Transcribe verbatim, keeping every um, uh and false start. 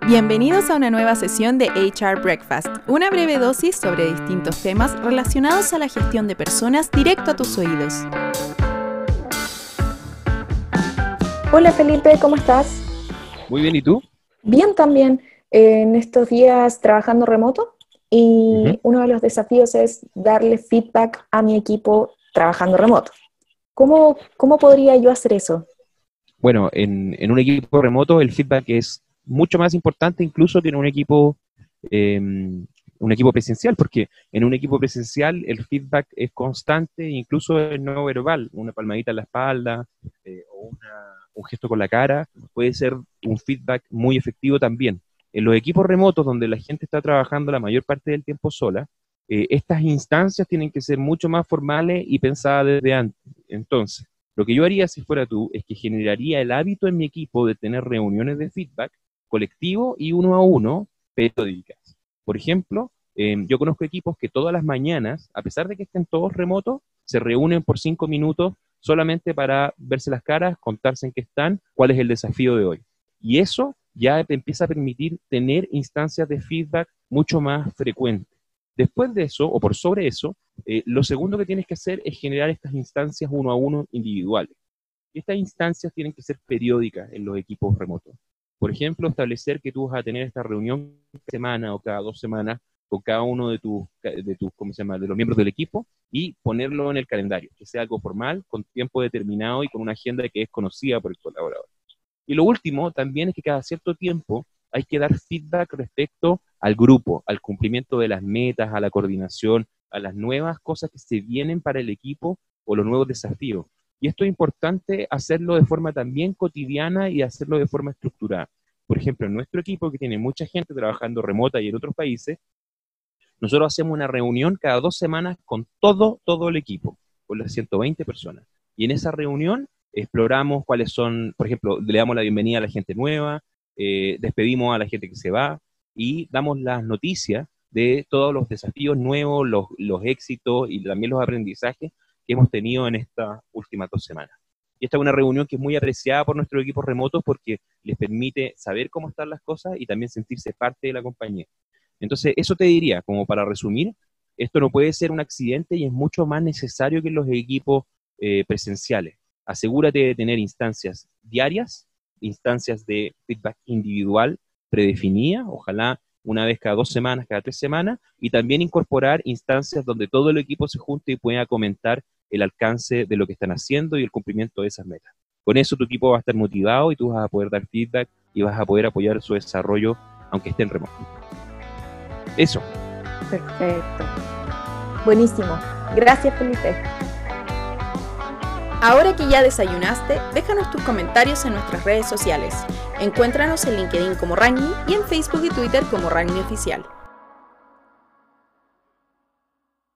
Bienvenidos a una nueva sesión de H R Breakfast, una breve dosis sobre distintos temas relacionados a la gestión de personas directo a tus oídos. Hola Felipe, ¿cómo estás? Muy bien, ¿y tú? Bien también, eh, en estos días trabajando remoto y Uh-huh. uno de los desafíos es darle feedback a mi equipo trabajando remoto. ¿Cómo, cómo podría yo hacer eso? Bueno, en, en un equipo remoto el feedback es mucho más importante incluso que en un equipo, eh, un equipo presencial, porque en un equipo presencial el feedback es constante, incluso es no verbal, una palmadita en la espalda eh, o una, un gesto con la cara, puede ser un feedback muy efectivo también. En los equipos remotos donde la gente está trabajando la mayor parte del tiempo sola, eh, estas instancias tienen que ser mucho más formales y pensadas desde antes. Entonces, lo que yo haría si fuera tú es que generaría el hábito en mi equipo de tener reuniones de feedback colectivo y uno a uno periódicas. Por ejemplo, eh, yo conozco equipos que todas las mañanas, a pesar de que estén todos remotos, se reúnen por cinco minutos solamente para verse las caras, contarse en qué están, cuál es el desafío de hoy. Y eso ya te empieza a permitir tener instancias de feedback mucho más frecuentes. Después de eso, o por sobre eso, eh, lo segundo que tienes que hacer es generar estas instancias uno a uno individuales. Y estas instancias tienen que ser periódicas en los equipos remotos. Por ejemplo, establecer que tú vas a tener esta reunión cada semana o cada dos semanas con cada uno de tus, de tus, ¿cómo se llama?, de los miembros del equipo y ponerlo en el calendario, que sea algo formal, con tiempo determinado y con una agenda que es conocida por el colaborador. Y lo último también es que cada cierto tiempo hay que dar feedback respecto al grupo, al cumplimiento de las metas, a la coordinación, a las nuevas cosas que se vienen para el equipo o los nuevos desafíos. Y esto es importante hacerlo de forma también cotidiana y hacerlo de forma estructurada. Por ejemplo, en nuestro equipo, que tiene mucha gente trabajando remota y en otros países, nosotros hacemos una reunión cada dos semanas con todo, todo el equipo, con las ciento veinte personas. Y en esa reunión exploramos cuáles son, por ejemplo, le damos la bienvenida a la gente nueva, eh, despedimos a la gente que se va y damos las noticias de todos los desafíos nuevos, los, los éxitos y también los aprendizajes que hemos tenido en estas últimas dos semanas. Y esta es una reunión que es muy apreciada por nuestros equipos remotos porque les permite saber cómo están las cosas y también sentirse parte de la compañía. Entonces, eso te diría, como para resumir, esto no puede ser un accidente y es mucho más necesario que en los equipos eh, presenciales. Asegúrate de tener instancias diarias, instancias de feedback individual predefinida, ojalá una vez cada dos semanas, cada tres semanas, y también incorporar instancias donde todo el equipo se junte y pueda comentar el alcance de lo que están haciendo y el cumplimiento de esas metas. Con eso tu equipo va a estar motivado y tú vas a poder dar feedback y vas a poder apoyar su desarrollo aunque esté en remoto. Eso. Perfecto. Buenísimo. Gracias, Felipe. Ahora que ya desayunaste, déjanos tus comentarios en nuestras redes sociales. Encuéntranos en LinkedIn como Ragni y en Facebook y Twitter como Ragni Oficial.